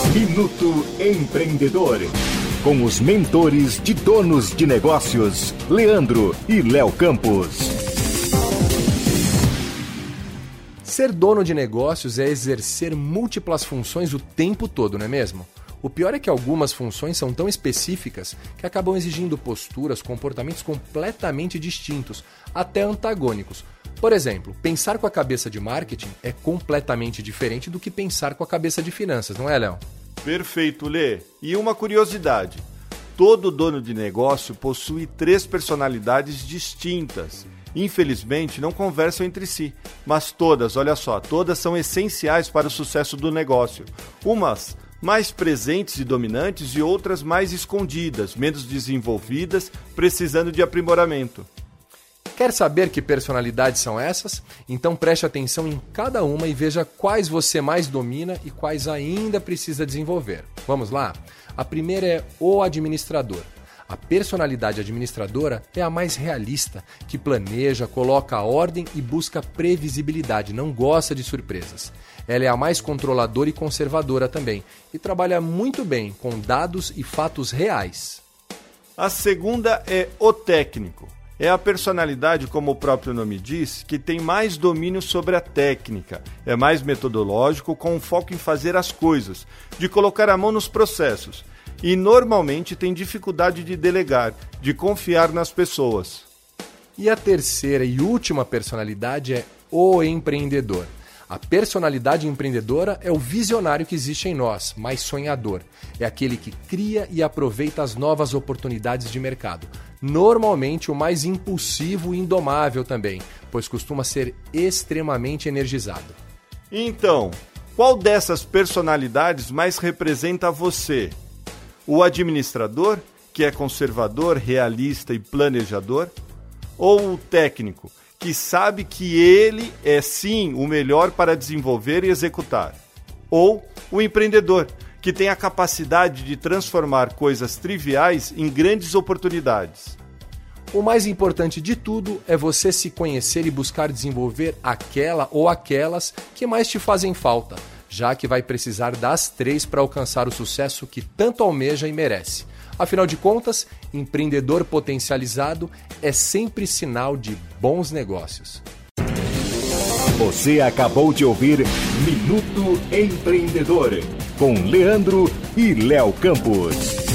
Minuto Empreendedor. Com os mentores de donos de negócios, Leandro e Léo Campos. Ser dono de negócios é exercer múltiplas funções o tempo todo, não é mesmo? O pior é que algumas funções são tão específicas que acabam exigindo posturas, comportamentos completamente distintos, até antagônicos. Por exemplo, pensar com a cabeça de marketing é completamente diferente do que pensar com a cabeça de finanças, não é, Léo? Perfeito, Lê. E uma curiosidade: todo dono de negócio possui 3 personalidades distintas. Infelizmente, não conversam entre si, mas todas, olha só, todas são essenciais para o sucesso do negócio. Umas mais presentes e dominantes e outras mais escondidas, menos desenvolvidas, precisando de aprimoramento. Quer saber que personalidades são essas? Então preste atenção em cada uma e veja quais você mais domina e quais ainda precisa desenvolver. Vamos lá? A primeira é o administrador. A personalidade administradora é a mais realista, que planeja, coloca a ordem e busca previsibilidade, não gosta de surpresas. Ela é a mais controladora e conservadora também, e trabalha muito bem com dados e fatos reais. A segunda é o técnico. É a personalidade, como o próprio nome diz, que tem mais domínio sobre a técnica. É mais metodológico, com um foco em fazer as coisas, de colocar a mão nos processos. E normalmente tem dificuldade de delegar, de confiar nas pessoas. E a terceira e última personalidade é o empreendedor. A personalidade empreendedora é o visionário que existe em nós, mais sonhador. É aquele que cria e aproveita as novas oportunidades de mercado. Normalmente o mais impulsivo e indomável também, pois costuma ser extremamente energizado. Então, qual dessas personalidades mais representa você? O administrador, que é conservador, realista e planejador? Ou o técnico, que sabe que ele é sim o melhor para desenvolver e executar? Ou o empreendedor, que tem a capacidade de transformar coisas triviais em grandes oportunidades? O mais importante de tudo é você se conhecer e buscar desenvolver aquela ou aquelas que mais te fazem falta, já que vai precisar das 3 para alcançar o sucesso que tanto almeja e merece. Afinal de contas, empreendedor potencializado é sempre sinal de bons negócios. Você acabou de ouvir Minuto Empreendedor, com Leandro e Léo Campos.